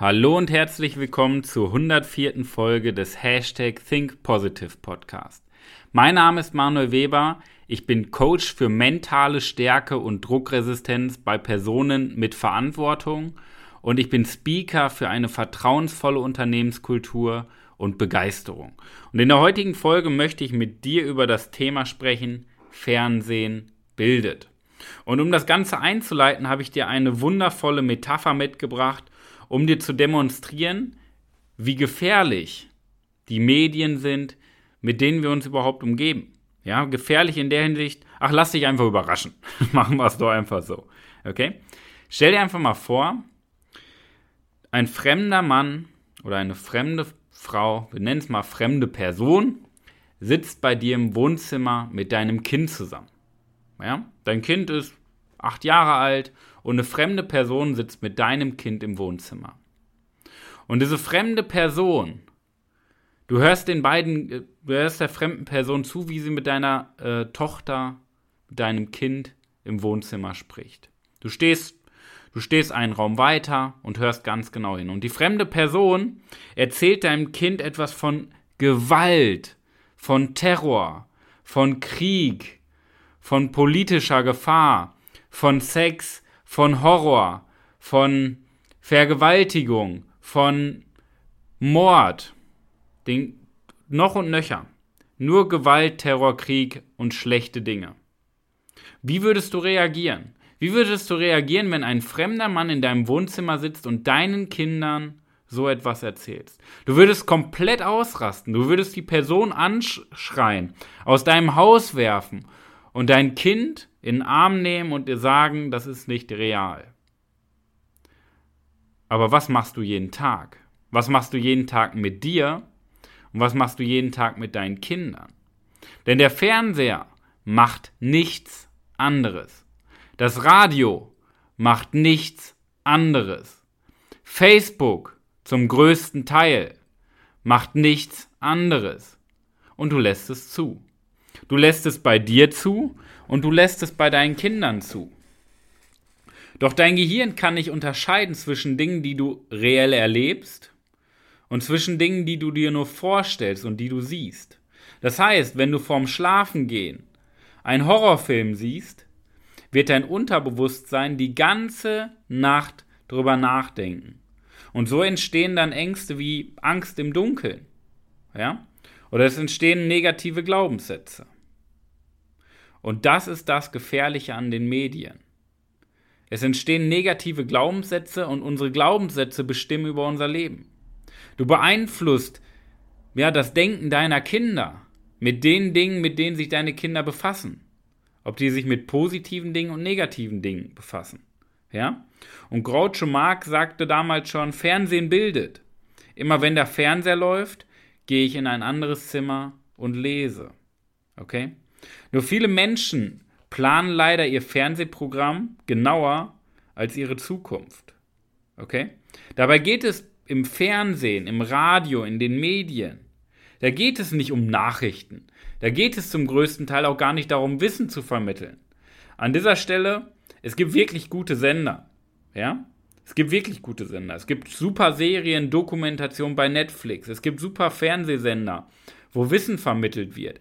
Hallo und herzlich willkommen zur 104. Folge des Hashtag Think Positive Podcast. Mein Name ist Manuel Weber, ich bin Coach für mentale Stärke und Druckresistenz bei Personen mit Verantwortung und ich bin Speaker für eine vertrauensvolle Unternehmenskultur und Begeisterung. Und in der heutigen Folge möchte ich mit dir über das Thema sprechen, Fernsehen bildet. Und um das Ganze einzuleiten, habe ich dir eine wundervolle Metapher mitgebracht, um dir zu demonstrieren, wie gefährlich die Medien sind, mit denen wir uns überhaupt umgeben. Ja, gefährlich in der Hinsicht, lass dich einfach überraschen. Machen wir es doch einfach so. Okay? Stell dir einfach mal vor, ein fremder Mann oder eine fremde Frau, wir nennen es mal fremde Person, sitzt bei dir im Wohnzimmer mit deinem Kind zusammen. Ja? Dein Kind ist 8 Jahre alt und eine fremde Person sitzt mit deinem Kind im Wohnzimmer. Und diese fremde Person, du hörst der fremden Person zu, wie sie mit deiner Tochter, mit deinem Kind im Wohnzimmer spricht. Du stehst einen Raum weiter und hörst ganz genau hin. Und die fremde Person erzählt deinem Kind etwas von Gewalt, von Terror, von Krieg, von politischer Gefahr, von Sex, von Horror, von Vergewaltigung, von Mord, noch und nöcher. Nur Gewalt, Terror, Krieg und schlechte Dinge. Wie würdest du reagieren? Wie würdest du reagieren, wenn ein fremder Mann in deinem Wohnzimmer sitzt und deinen Kindern so etwas erzählst? Du würdest komplett ausrasten. Du würdest die Person anschreien, aus deinem Haus werfen und dein Kind in den Arm nehmen und dir sagen, das ist nicht real. Aber was machst du jeden Tag? Was machst du jeden Tag mit dir? Und was machst du jeden Tag mit deinen Kindern? Denn der Fernseher macht nichts anderes. Das Radio macht nichts anderes. Facebook zum größten Teil macht nichts anderes. Und du lässt es zu. Du lässt es bei dir zu und du lässt es bei deinen Kindern zu. Doch dein Gehirn kann nicht unterscheiden zwischen Dingen, die du reell erlebst und zwischen Dingen, die du dir nur vorstellst und die du siehst. Das heißt, wenn du vorm Schlafengehen einen Horrorfilm siehst, wird dein Unterbewusstsein die ganze Nacht drüber nachdenken. Und so entstehen dann Ängste wie Angst im Dunkeln. Ja? Oder es entstehen negative Glaubenssätze. Und das ist das Gefährliche an den Medien. Es entstehen negative Glaubenssätze und unsere Glaubenssätze bestimmen über unser Leben. Du beeinflusst das Denken deiner Kinder mit den Dingen, mit denen sich deine Kinder befassen. Ob die sich mit positiven Dingen und negativen Dingen befassen. Ja? Und Groucho Marx sagte damals schon, Fernsehen bildet. Immer wenn der Fernseher läuft, gehe ich in ein anderes Zimmer und lese. Okay? Nur viele Menschen planen leider ihr Fernsehprogramm genauer als ihre Zukunft. Okay? Dabei geht es im Fernsehen, im Radio, in den Medien, da geht es nicht um Nachrichten. Da geht es zum größten Teil auch gar nicht darum, Wissen zu vermitteln. An dieser Stelle, es gibt wirklich gute Sender. Ja? Es gibt wirklich gute Sender. Es gibt super Serien, Dokumentationen bei Netflix. Es gibt super Fernsehsender, wo Wissen vermittelt wird.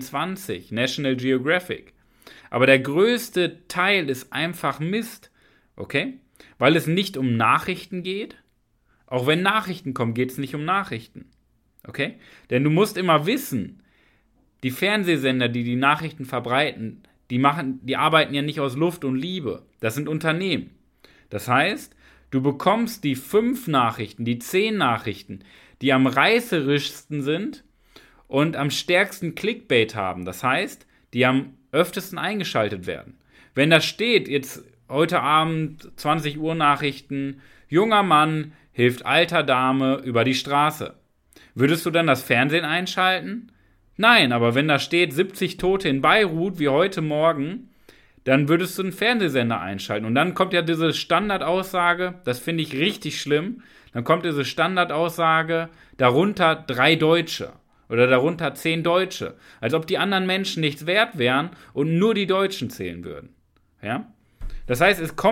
N24, National Geographic. Aber der größte Teil ist einfach Mist. Okay? Weil es nicht um Nachrichten geht. Auch wenn Nachrichten kommen, geht es nicht um Nachrichten. Okay? Denn du musst immer wissen, die Fernsehsender, die die Nachrichten verbreiten, die arbeiten ja nicht aus Luft und Liebe. Das sind Unternehmen. Das heißt, du bekommst die 5 Nachrichten, die 10 Nachrichten, die am reißerischsten sind und am stärksten Clickbait haben. Das heißt, die am öftesten eingeschaltet werden. Wenn da steht, jetzt heute Abend 20 Uhr Nachrichten, junger Mann hilft alter Dame über die Straße. Würdest du dann das Fernsehen einschalten? Nein, aber wenn da steht 70 Tote in Beirut, wie heute Morgen, dann würdest du einen Fernsehsender einschalten. Und dann kommt ja diese Standardaussage, das finde ich richtig schlimm, dann kommt diese Standardaussage, darunter 3 Deutsche oder darunter 10 Deutsche. Als ob die anderen Menschen nichts wert wären und nur die Deutschen zählen würden. Ja? Das heißt,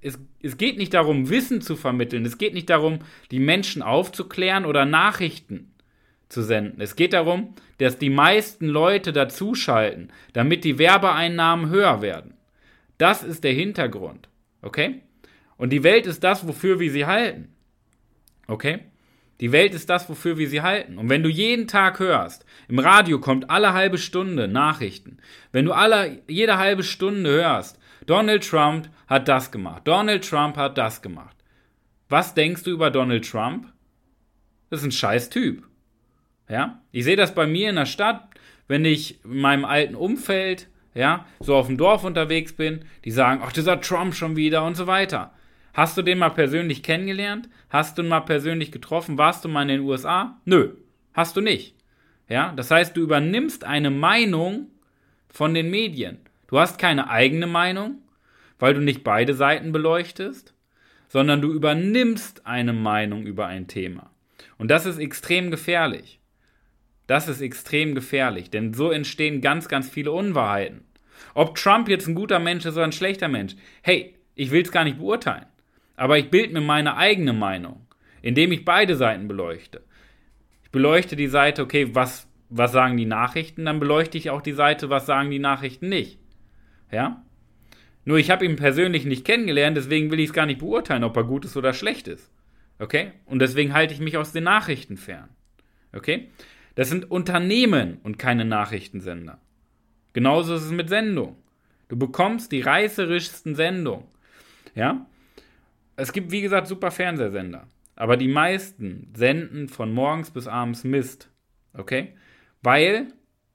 es geht nicht darum, Wissen zu vermitteln. Es geht nicht darum, die Menschen aufzuklären oder Nachrichten zu senden. Es geht darum, dass die meisten Leute dazuschalten, damit die Werbeeinnahmen höher werden. Das ist der Hintergrund. Okay? Und die Welt ist das, wofür wir sie halten. Okay? Die Welt ist das, wofür wir sie halten. Und wenn du jeden Tag hörst, im Radio kommt alle halbe Stunde Nachrichten. Wenn du jede halbe Stunde hörst, Donald Trump hat das gemacht, Donald Trump hat das gemacht. Was denkst du über Donald Trump? Das ist ein scheiß Typ. Ja? Ich sehe das bei mir in der Stadt, wenn ich in meinem alten Umfeld, ja, so auf dem Dorf unterwegs bin, die sagen, ach, dieser Trump schon wieder und so weiter. Hast du den mal persönlich kennengelernt? Hast du ihn mal persönlich getroffen? Warst du mal in den USA? Nö, hast du nicht. Ja, das heißt, du übernimmst eine Meinung von den Medien. Du hast keine eigene Meinung, weil du nicht beide Seiten beleuchtest, sondern du übernimmst eine Meinung über ein Thema. Und das ist extrem gefährlich. Das ist extrem gefährlich, denn so entstehen ganz, ganz viele Unwahrheiten. Ob Trump jetzt ein guter Mensch ist oder ein schlechter Mensch, hey, ich will es gar nicht beurteilen. Aber ich bilde mir meine eigene Meinung, indem ich beide Seiten beleuchte. Ich beleuchte die Seite, okay, was sagen die Nachrichten, dann beleuchte ich auch die Seite, was sagen die Nachrichten nicht. Ja? Nur ich habe ihn persönlich nicht kennengelernt, deswegen will ich es gar nicht beurteilen, ob er gut ist oder schlecht ist. Okay? Und deswegen halte ich mich aus den Nachrichten fern. Okay? Das sind Unternehmen und keine Nachrichtensender. Genauso ist es mit Sendungen. Du bekommst die reißerischsten Sendungen. Ja? Es gibt, wie gesagt, super Fernsehsender. Aber die meisten senden von morgens bis abends Mist. Okay? Weil,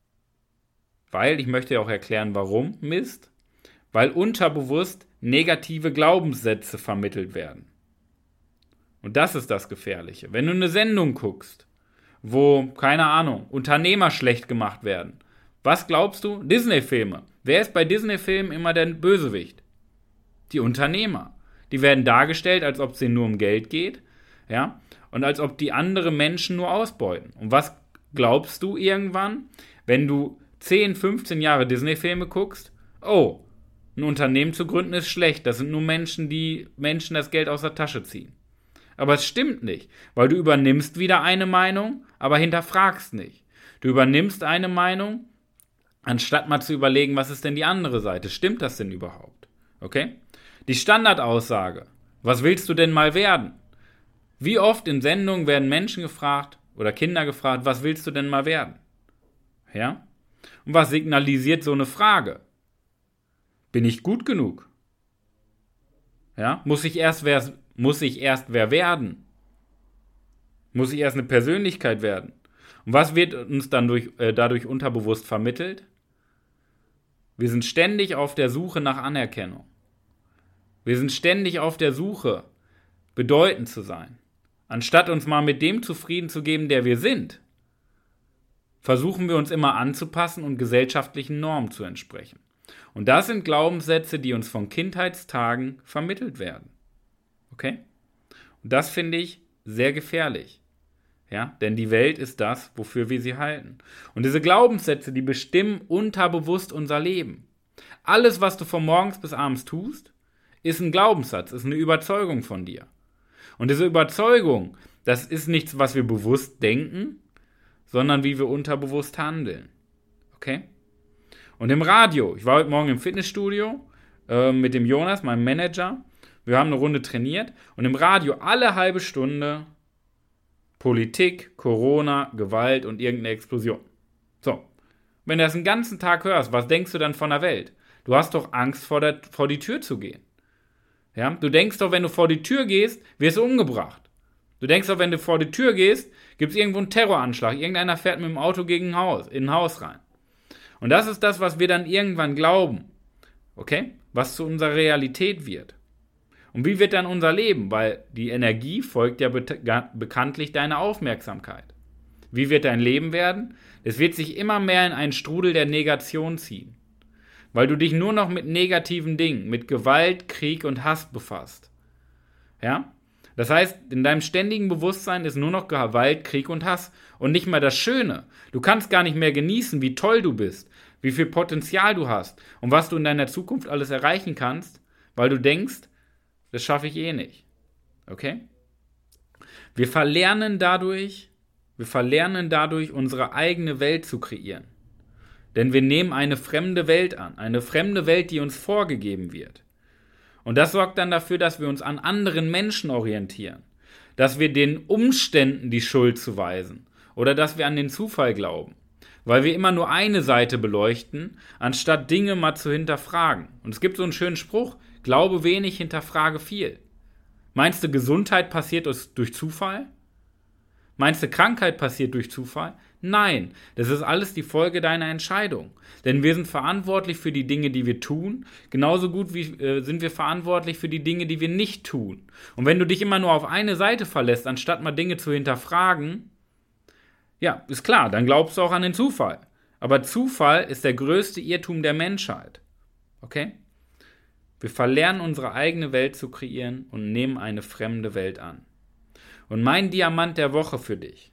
ich möchte ja auch erklären, warum Mist. Weil unterbewusst negative Glaubenssätze vermittelt werden. Und das ist das Gefährliche. Wenn du eine Sendung guckst, wo, keine Ahnung, Unternehmer schlecht gemacht werden. Was glaubst du? Disney-Filme. Wer ist bei Disney-Filmen immer der Bösewicht? Die Unternehmer. Die werden dargestellt, als ob es ihnen nur um Geld geht, ja, und als ob die andere Menschen nur ausbeuten. Und was glaubst du irgendwann, wenn du 10, 15 Jahre Disney-Filme guckst? Oh, ein Unternehmen zu gründen ist schlecht. Das sind nur Menschen, die Menschen das Geld aus der Tasche ziehen. Aber es stimmt nicht, weil du übernimmst wieder eine Meinung, aber hinterfragst nicht. Du übernimmst eine Meinung, anstatt mal zu überlegen, was ist denn die andere Seite? Stimmt das denn überhaupt? Okay? Die Standardaussage. Was willst du denn mal werden? Wie oft in Sendungen werden Menschen gefragt oder Kinder gefragt, was willst du denn mal werden? Ja? Und was signalisiert so eine Frage? Bin ich gut genug? Ja? Muss ich erst wer werden? Muss ich erst eine Persönlichkeit werden? Und was wird uns dann dadurch unterbewusst vermittelt? Wir sind ständig auf der Suche nach Anerkennung. Wir sind ständig auf der Suche, bedeutend zu sein. Anstatt uns mal mit dem zufrieden zu geben, der wir sind, versuchen wir uns immer anzupassen und gesellschaftlichen Normen zu entsprechen. Und das sind Glaubenssätze, die uns von Kindheitstagen vermittelt werden. Okay? Und das finde ich sehr gefährlich. Ja? Denn die Welt ist das, wofür wir sie halten. Und diese Glaubenssätze, die bestimmen unterbewusst unser Leben. Alles, was du von morgens bis abends tust, ist ein Glaubenssatz, ist eine Überzeugung von dir. Und diese Überzeugung, das ist nichts, was wir bewusst denken, sondern wie wir unterbewusst handeln. Okay? Und im Radio, ich war heute Morgen im Fitnessstudio mit dem Jonas, meinem Manager. Wir haben eine Runde trainiert und im Radio alle halbe Stunde Politik, Corona, Gewalt und irgendeine Explosion. So, wenn du das den ganzen Tag hörst, was denkst du dann von der Welt? Du hast doch Angst, vor die Tür zu gehen. Ja? Du denkst doch, wenn du vor die Tür gehst, wirst du umgebracht. Du denkst doch, wenn du vor die Tür gehst, gibt es irgendwo einen Terroranschlag. Irgendeiner fährt mit dem Auto gegen in ein Haus rein. Und das ist das, was wir dann irgendwann glauben. Okay? Was zu unserer Realität wird. Und wie wird dann unser Leben? Weil die Energie folgt ja bekanntlich deiner Aufmerksamkeit. Wie wird dein Leben werden? Es wird sich immer mehr in einen Strudel der Negation ziehen. Weil du dich nur noch mit negativen Dingen, mit Gewalt, Krieg und Hass befasst. Ja? Das heißt, in deinem ständigen Bewusstsein ist nur noch Gewalt, Krieg und Hass und nicht mehr das Schöne. Du kannst gar nicht mehr genießen, wie toll du bist, wie viel Potenzial du hast und was du in deiner Zukunft alles erreichen kannst, weil du denkst, Das schaffe ich eh nicht. Okay? Wir verlernen dadurch, unsere eigene Welt zu kreieren. Denn wir nehmen eine fremde Welt an. Eine fremde Welt, die uns vorgegeben wird. Und das sorgt dann dafür, dass wir uns an anderen Menschen orientieren. Dass wir den Umständen die Schuld zuweisen. Oder dass wir an den Zufall glauben. Weil wir immer nur eine Seite beleuchten, anstatt Dinge mal zu hinterfragen. Und es gibt so einen schönen Spruch, glaube wenig, hinterfrage viel. Meinst du, Gesundheit passiert durch Zufall? Meinst du, Krankheit passiert durch Zufall? Nein, das ist alles die Folge deiner Entscheidung. Denn wir sind verantwortlich für die Dinge, die wir tun, genauso gut wie sind wir verantwortlich für die Dinge, die wir nicht tun. Und wenn du dich immer nur auf eine Seite verlässt, anstatt mal Dinge zu hinterfragen, ja, ist klar, dann glaubst du auch an den Zufall. Aber Zufall ist der größte Irrtum der Menschheit. Okay? Wir verlernen, unsere eigene Welt zu kreieren und nehmen eine fremde Welt an. Und mein Diamant der Woche für dich.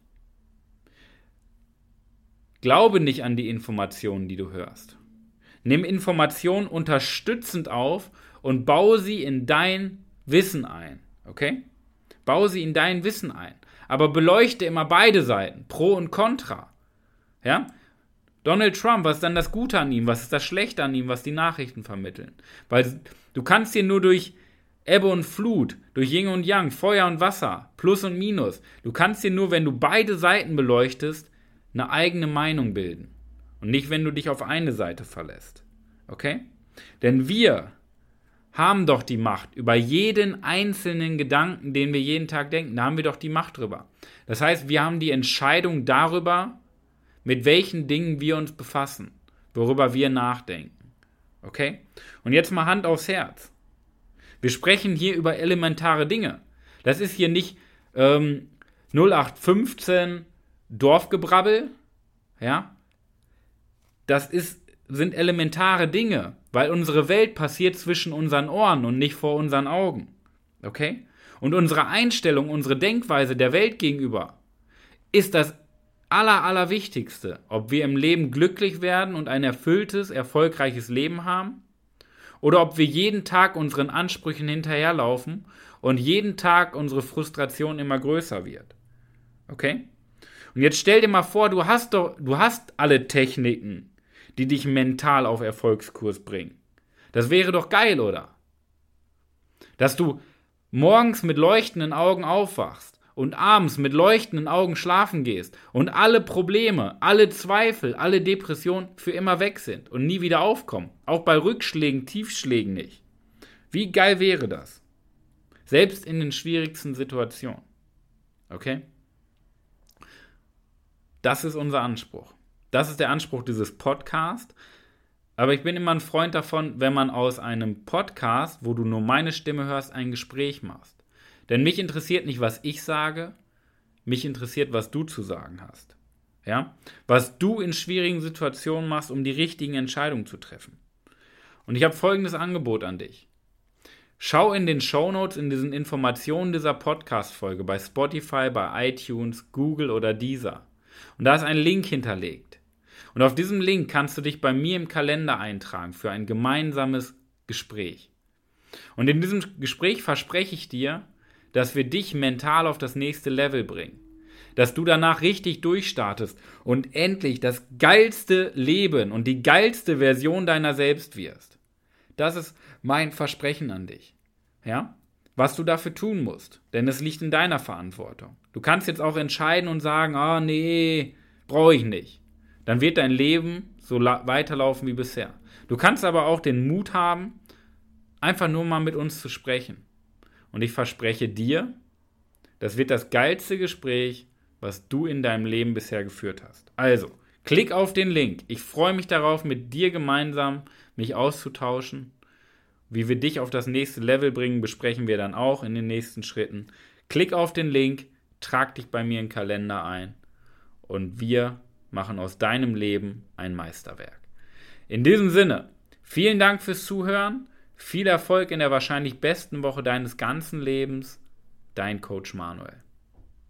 Glaube nicht an die Informationen, die du hörst. Nimm Informationen unterstützend auf und baue sie in dein Wissen ein. Okay? Baue sie in dein Wissen ein. Aber beleuchte immer beide Seiten, Pro und Contra. Ja? Donald Trump, was ist dann das Gute an ihm? Was ist das Schlechte an ihm, was die Nachrichten vermitteln? Weil du kannst dir nur durch Ebbe und Flut, durch Yin und Yang, Feuer und Wasser, Plus und Minus, du kannst dir nur, wenn du beide Seiten beleuchtest, eine eigene Meinung bilden. Und nicht, wenn du dich auf eine Seite verlässt. Okay? Denn wir haben doch die Macht über jeden einzelnen Gedanken, den wir jeden Tag denken. Da haben wir doch die Macht drüber. Das heißt, wir haben die Entscheidung darüber, mit welchen Dingen wir uns befassen, worüber wir nachdenken. Okay? Und jetzt mal Hand aufs Herz. Wir sprechen hier über elementare Dinge. Das ist hier nicht 0815 Dorfgebrabbel. Ja? Das sind elementare Dinge, weil unsere Welt passiert zwischen unseren Ohren und nicht vor unseren Augen. Okay? Und unsere Einstellung, unsere Denkweise der Welt gegenüber ist das Allerwichtigste, ob wir im Leben glücklich werden und ein erfülltes, erfolgreiches Leben haben oder ob wir jeden Tag unseren Ansprüchen hinterherlaufen und jeden Tag unsere Frustration immer größer wird. Okay? Und jetzt stell dir mal vor, du hast alle Techniken, die dich mental auf Erfolgskurs bringen. Das wäre doch geil, oder? Dass du morgens mit leuchtenden Augen aufwachst und abends mit leuchtenden Augen schlafen gehst und alle Probleme, alle Zweifel, alle Depressionen für immer weg sind und nie wieder aufkommen. Auch bei Rückschlägen, Tiefschlägen nicht. Wie geil wäre das? Selbst in den schwierigsten Situationen. Okay? Das ist unser Anspruch. Das ist der Anspruch dieses Podcasts. Aber ich bin immer ein Freund davon, wenn man aus einem Podcast, wo du nur meine Stimme hörst, ein Gespräch machst. Denn mich interessiert nicht, was ich sage, mich interessiert, was du zu sagen hast. Ja? Was du in schwierigen Situationen machst, um die richtigen Entscheidungen zu treffen. Und ich habe folgendes Angebot an dich. Schau in den Shownotes, in diesen Informationen dieser Podcast-Folge bei Spotify, bei iTunes, Google oder Deezer. Und da ist ein Link hinterlegt. Und auf diesem Link kannst du dich bei mir im Kalender eintragen für ein gemeinsames Gespräch. Und in diesem Gespräch verspreche ich dir, dass wir dich mental auf das nächste Level bringen. Dass du danach richtig durchstartest und endlich das geilste Leben und die geilste Version deiner selbst wirst. Das ist mein Versprechen an dich. Ja? Was du dafür tun musst. Denn es liegt in deiner Verantwortung. Du kannst jetzt auch entscheiden und sagen, nee, brauche ich nicht. Dann wird dein Leben so weiterlaufen wie bisher. Du kannst aber auch den Mut haben, einfach nur mal mit uns zu sprechen. Und ich verspreche dir, das wird das geilste Gespräch, was du in deinem Leben bisher geführt hast. Also, klick auf den Link. Ich freue mich darauf, mit dir gemeinsam mich auszutauschen. Wie wir dich auf das nächste Level bringen, besprechen wir dann auch in den nächsten Schritten. Klick auf den Link, trag dich bei mir in den Kalender ein und wir machen aus deinem Leben ein Meisterwerk. In diesem Sinne, vielen Dank fürs Zuhören, viel Erfolg in der wahrscheinlich besten Woche deines ganzen Lebens, dein Coach Manuel.